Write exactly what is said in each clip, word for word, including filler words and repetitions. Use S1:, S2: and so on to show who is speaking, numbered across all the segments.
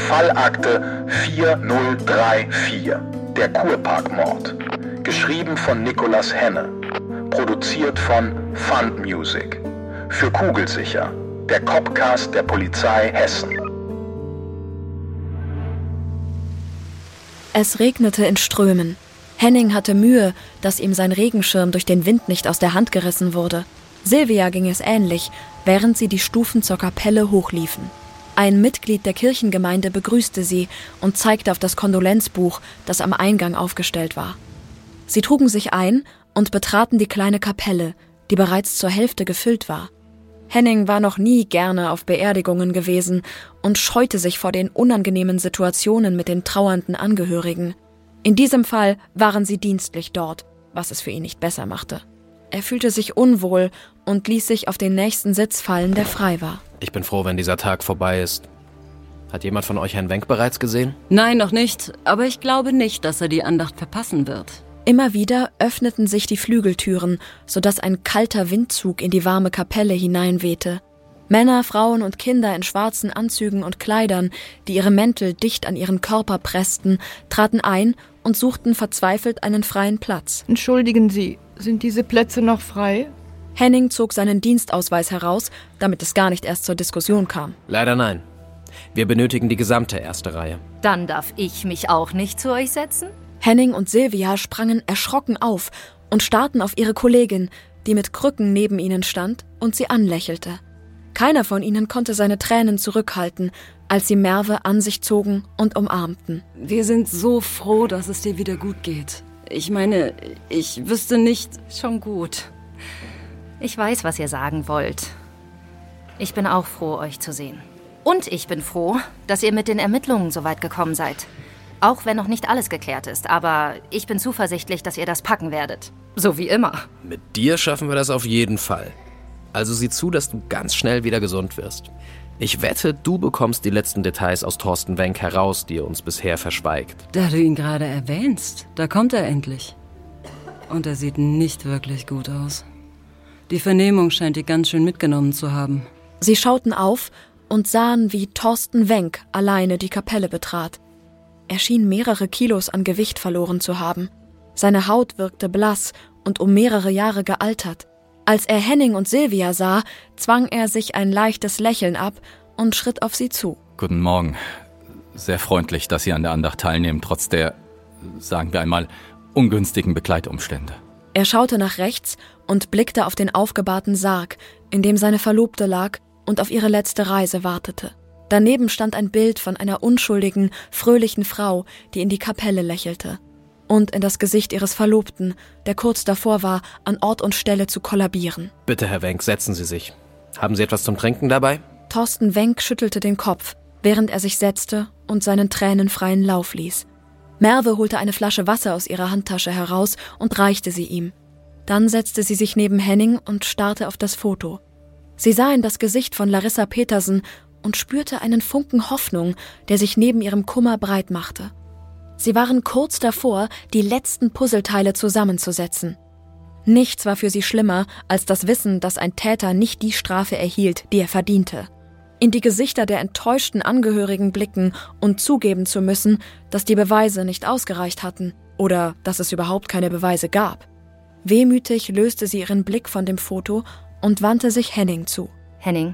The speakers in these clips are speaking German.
S1: Fallakte vier null drei vier, der Kurparkmord. Geschrieben von Nicolas Henne. Produziert von Fund Music. Für Kugelsicher, der Copcast der Polizei Hessen.
S2: Es regnete in Strömen. Henning hatte Mühe, dass ihm sein Regenschirm durch den Wind nicht aus der Hand gerissen wurde. Silvia ging es ähnlich, während sie die Stufen zur Kapelle hochliefen. Ein Mitglied der Kirchengemeinde begrüßte sie und zeigte auf das Kondolenzbuch, das am Eingang aufgestellt war. Sie trugen sich ein und betraten die kleine Kapelle, die bereits zur Hälfte gefüllt war. Henning war noch nie gerne auf Beerdigungen gewesen und scheute sich vor den unangenehmen Situationen mit den trauernden Angehörigen. In diesem Fall waren sie dienstlich dort, was es für ihn nicht besser machte. Er fühlte sich unwohl und ließ sich auf den nächsten Sitz fallen, der frei war.
S3: Ich bin froh, wenn dieser Tag vorbei ist. Hat jemand von euch Herrn Wenk bereits gesehen?
S4: Nein, noch nicht. Aber ich glaube nicht, dass er die Andacht verpassen wird.
S2: Immer wieder öffneten sich die Flügeltüren, sodass ein kalter Windzug in die warme Kapelle hineinwehte. Männer, Frauen und Kinder in schwarzen Anzügen und Kleidern, die ihre Mäntel dicht an ihren Körper pressten, traten ein und suchten verzweifelt einen freien Platz.
S5: Entschuldigen Sie, sind diese Plätze noch frei?
S2: Henning zog seinen Dienstausweis heraus, damit es gar nicht erst zur Diskussion kam.
S3: Leider nein. Wir benötigen die gesamte erste Reihe.
S6: Dann darf ich mich auch nicht zu euch setzen?
S2: Henning und Silvia sprangen erschrocken auf und starrten auf ihre Kollegin, die mit Krücken neben ihnen stand und sie anlächelte. Keiner von ihnen konnte seine Tränen zurückhalten, als sie Merve an sich zogen und umarmten.
S4: Wir sind so froh, dass es dir wieder gut geht. Ich meine, ich wüsste nicht...
S6: Schon gut. Ich weiß, was ihr sagen wollt. Ich bin auch froh, euch zu sehen. Und ich bin froh, dass ihr mit den Ermittlungen so weit gekommen seid. Auch wenn noch nicht alles geklärt ist, aber ich bin zuversichtlich, dass ihr das packen werdet. So wie immer.
S3: Mit dir schaffen wir das auf jeden Fall. Also sieh zu, dass du ganz schnell wieder gesund wirst. Ich wette, du bekommst die letzten Details aus Thorsten Wenk heraus, die er uns bisher verschweigt.
S4: Da du ihn gerade erwähnst, da kommt er endlich. Und er sieht nicht wirklich gut aus. Die Vernehmung scheint ihn ganz schön mitgenommen zu haben.
S2: Sie schauten auf und sahen, wie Thorsten Wenk alleine die Kapelle betrat. Er schien mehrere Kilos an Gewicht verloren zu haben. Seine Haut wirkte blass und um mehrere Jahre gealtert. Als er Henning und Silvia sah, zwang er sich ein leichtes Lächeln ab und schritt auf sie zu.
S7: Guten Morgen. Sehr freundlich, dass Sie an der Andacht teilnehmen, trotz der, sagen wir einmal, ungünstigen Begleitumstände.
S2: Er schaute nach rechts und blickte auf den aufgebahrten Sarg, in dem seine Verlobte lag und auf ihre letzte Reise wartete. Daneben stand ein Bild von einer unschuldigen, fröhlichen Frau, die in die Kapelle lächelte. Und in das Gesicht ihres Verlobten, der kurz davor war, an Ort und Stelle zu kollabieren.
S3: Bitte, Herr Wenk, setzen Sie sich. Haben Sie etwas zum Trinken dabei?
S2: Thorsten Wenk schüttelte den Kopf, während er sich setzte und seinen Tränen freien Lauf ließ. Merve holte eine Flasche Wasser aus ihrer Handtasche heraus und reichte sie ihm. Dann setzte sie sich neben Henning und starrte auf das Foto. Sie sah in das Gesicht von Larissa Petersen und spürte einen Funken Hoffnung, der sich neben ihrem Kummer breit machte. Sie waren kurz davor, die letzten Puzzleteile zusammenzusetzen. Nichts war für sie schlimmer als das Wissen, dass ein Täter nicht die Strafe erhielt, die er verdiente. In die Gesichter der enttäuschten Angehörigen blicken und zugeben zu müssen, dass die Beweise nicht ausgereicht hatten oder dass es überhaupt keine Beweise gab. Wehmütig löste sie ihren Blick von dem Foto und wandte sich Henning zu.
S6: Henning,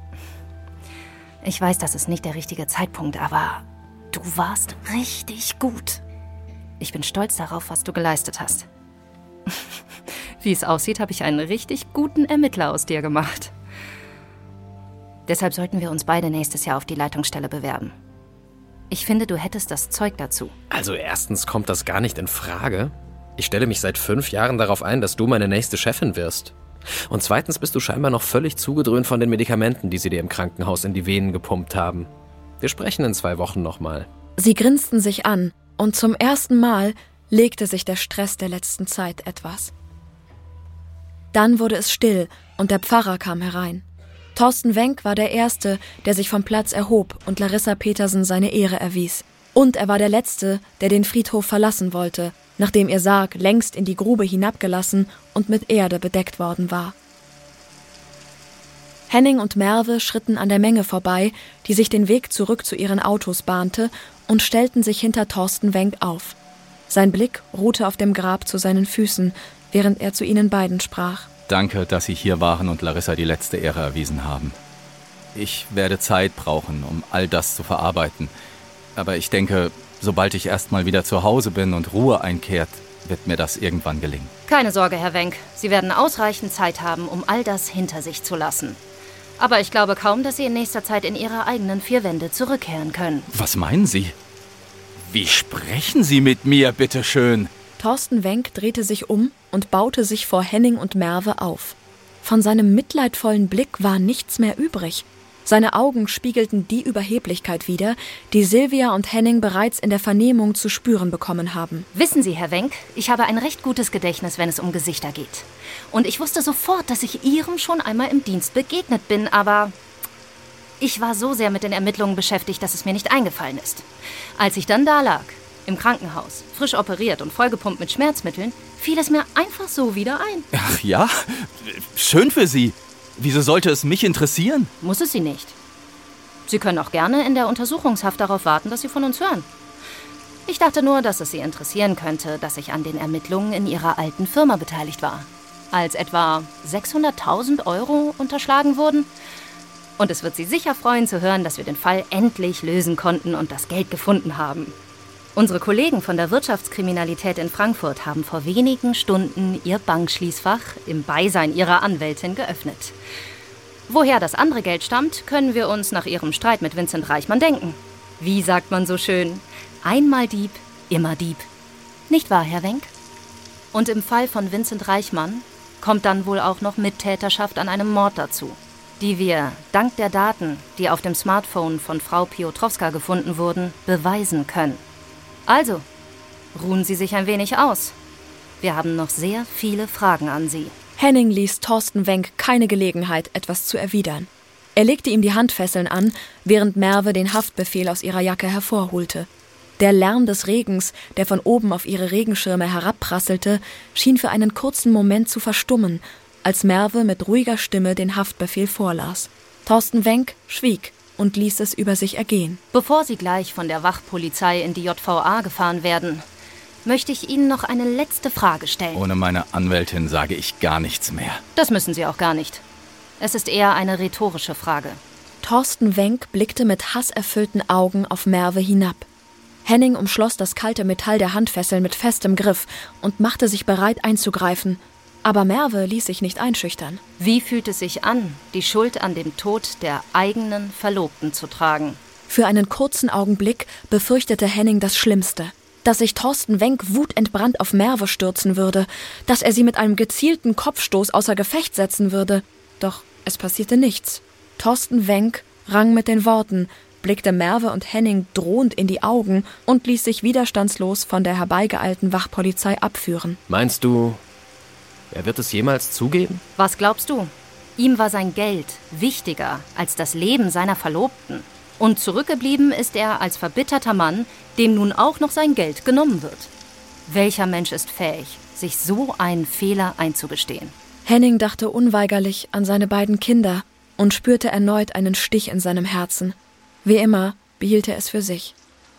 S6: ich weiß, das ist nicht der richtige Zeitpunkt, aber du warst richtig gut. Ich bin stolz darauf, was du geleistet hast. Wie es aussieht, habe ich einen richtig guten Ermittler aus dir gemacht. Deshalb sollten wir uns beide nächstes Jahr auf die Leitungsstelle bewerben. Ich finde, du hättest das Zeug dazu.
S3: Also erstens kommt das gar nicht in Frage. Ich stelle mich seit fünf Jahren darauf ein, dass du meine nächste Chefin wirst. Und zweitens bist du scheinbar noch völlig zugedröhnt von den Medikamenten, die sie dir im Krankenhaus in die Venen gepumpt haben. Wir sprechen in zwei Wochen nochmal.
S2: Sie grinsten sich an und zum ersten Mal legte sich der Stress der letzten Zeit etwas. Dann wurde es still und der Pfarrer kam herein. Thorsten Wenk war der Erste, der sich vom Platz erhob und Larissa Petersen seine Ehre erwies. Und er war der Letzte, der den Friedhof verlassen wollte, nachdem ihr Sarg längst in die Grube hinabgelassen und mit Erde bedeckt worden war. Henning und Merve schritten an der Menge vorbei, die sich den Weg zurück zu ihren Autos bahnte, und stellten sich hinter Thorsten Wenck auf. Sein Blick ruhte auf dem Grab zu seinen Füßen, während er zu ihnen beiden sprach.
S7: Danke, dass Sie hier waren und Larissa die letzte Ehre erwiesen haben. Ich werde Zeit brauchen, um all das zu verarbeiten. Aber ich denke, sobald ich erst mal wieder zu Hause bin und Ruhe einkehrt, wird mir das irgendwann gelingen.
S6: Keine Sorge, Herr Wenck. Sie werden ausreichend Zeit haben, um all das hinter sich zu lassen. Aber ich glaube kaum, dass Sie in nächster Zeit in Ihre eigenen vier Wände zurückkehren können.
S7: Was meinen Sie? Wie sprechen Sie mit mir, bitteschön?
S2: Thorsten Wenck drehte sich um und baute sich vor Henning und Merve auf. Von seinem mitleidvollen Blick war nichts mehr übrig. Seine Augen spiegelten die Überheblichkeit wider, die Silvia und Henning bereits in der Vernehmung zu spüren bekommen haben.
S6: Wissen Sie, Herr Wenck, ich habe ein recht gutes Gedächtnis, wenn es um Gesichter geht. Und ich wusste sofort, dass ich Ihrem schon einmal im Dienst begegnet bin, aber ich war so sehr mit den Ermittlungen beschäftigt, dass es mir nicht eingefallen ist. Als ich dann da lag, im Krankenhaus, frisch operiert und vollgepumpt mit Schmerzmitteln, fiel es mir einfach so wieder ein.
S7: Ach ja, schön für Sie. Wieso sollte es mich interessieren?
S6: Muss es Sie nicht. Sie können auch gerne in der Untersuchungshaft darauf warten, dass Sie von uns hören. Ich dachte nur, dass es Sie interessieren könnte, dass ich an den Ermittlungen in Ihrer alten Firma beteiligt war. Als etwa sechshunderttausend Euro unterschlagen wurden. Und es wird Sie sicher freuen zu hören, dass wir den Fall endlich lösen konnten und das Geld gefunden haben. Unsere Kollegen von der Wirtschaftskriminalität in Frankfurt haben vor wenigen Stunden ihr Bankschließfach im Beisein ihrer Anwältin geöffnet. Woher das andere Geld stammt, können wir uns nach ihrem Streit mit Vincent Reichmann denken. Wie sagt man so schön? Einmal Dieb, immer Dieb. Nicht wahr, Herr Wenck? Und im Fall von Vincent Reichmann kommt dann wohl auch noch Mittäterschaft an einem Mord dazu, die wir, dank der Daten, die auf dem Smartphone von Frau Piotrowska gefunden wurden, beweisen können. Also, ruhen Sie sich ein wenig aus. Wir haben noch sehr viele Fragen an Sie.
S2: Henning ließ Thorsten Wenck keine Gelegenheit, etwas zu erwidern. Er legte ihm die Handfesseln an, während Merve den Haftbefehl aus ihrer Jacke hervorholte. Der Lärm des Regens, der von oben auf ihre Regenschirme herabprasselte, schien für einen kurzen Moment zu verstummen, als Merve mit ruhiger Stimme den Haftbefehl vorlas. Thorsten Wenck schwieg und ließ es über sich ergehen.
S6: Bevor Sie gleich von der Wachpolizei in die J V A gefahren werden, möchte ich Ihnen noch eine letzte Frage stellen.
S7: Ohne meine Anwältin sage ich gar nichts mehr.
S6: Das müssen Sie auch gar nicht. Es ist eher eine rhetorische Frage.
S2: Thorsten Wenck blickte mit hasserfüllten Augen auf Merve hinab. Henning umschloss das kalte Metall der Handfesseln mit festem Griff und machte sich bereit einzugreifen. Aber Merve ließ sich nicht einschüchtern.
S6: Wie fühlt es sich an, die Schuld an dem Tod der eigenen Verlobten zu tragen?
S2: Für einen kurzen Augenblick befürchtete Henning das Schlimmste. Dass sich Thorsten Wenck wutentbrannt auf Merve stürzen würde, dass er sie mit einem gezielten Kopfstoß außer Gefecht setzen würde. Doch es passierte nichts. Thorsten Wenck rang mit den Worten, blickte Merve und Henning drohend in die Augen und ließ sich widerstandslos von der herbeigeeilten Wachpolizei abführen.
S3: Meinst du, er wird es jemals zugeben?
S6: Was glaubst du? Ihm war sein Geld wichtiger als das Leben seiner Verlobten. Und zurückgeblieben ist er als verbitterter Mann, dem nun auch noch sein Geld genommen wird. Welcher Mensch ist fähig, sich so einen Fehler einzugestehen?
S2: Henning dachte unweigerlich an seine beiden Kinder und spürte erneut einen Stich in seinem Herzen. Wie immer behielt er es für sich.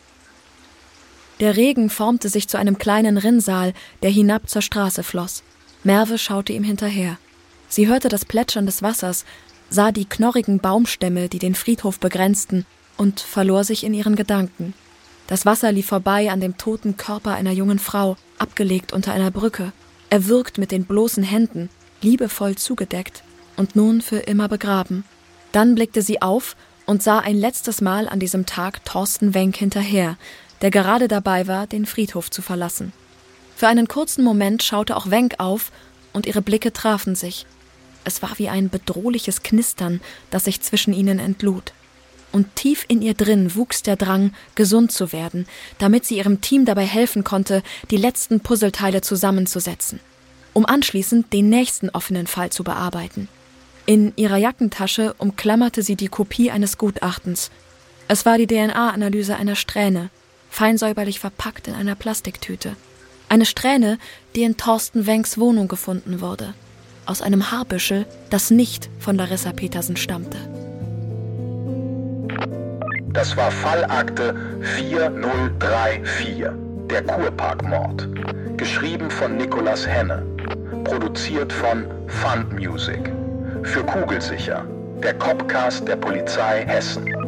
S2: Der Regen formte sich zu einem kleinen Rinnsal, der hinab zur Straße floss. Merve schaute ihm hinterher. Sie hörte das Plätschern des Wassers, sah die knorrigen Baumstämme, die den Friedhof begrenzten, und verlor sich in ihren Gedanken. Das Wasser lief vorbei an dem toten Körper einer jungen Frau, abgelegt unter einer Brücke, erwürgt mit den bloßen Händen, liebevoll zugedeckt und nun für immer begraben. Dann blickte sie auf und sah ein letztes Mal an diesem Tag Thorsten Wenck hinterher, der gerade dabei war, den Friedhof zu verlassen. Für einen kurzen Moment schaute auch Wenck auf und ihre Blicke trafen sich. Es war wie ein bedrohliches Knistern, das sich zwischen ihnen entlud. Und tief in ihr drin wuchs der Drang, gesund zu werden, damit sie ihrem Team dabei helfen konnte, die letzten Puzzleteile zusammenzusetzen, um anschließend den nächsten offenen Fall zu bearbeiten. In ihrer Jackentasche umklammerte sie die Kopie eines Gutachtens. Es war die D N A-Analyse einer Strähne, feinsäuberlich verpackt in einer Plastiktüte. Eine Strähne, die in Thorsten Wencks Wohnung gefunden wurde. aus einem Haarbüschel, das nicht von Larissa Petersen stammte.
S1: Das war Fallakte vier null drei vier, der Kurparkmord. Geschrieben von Nicolas Henne. Produziert von Fund Music. Für Kugelsicher, der Copcast der Polizei Hessen.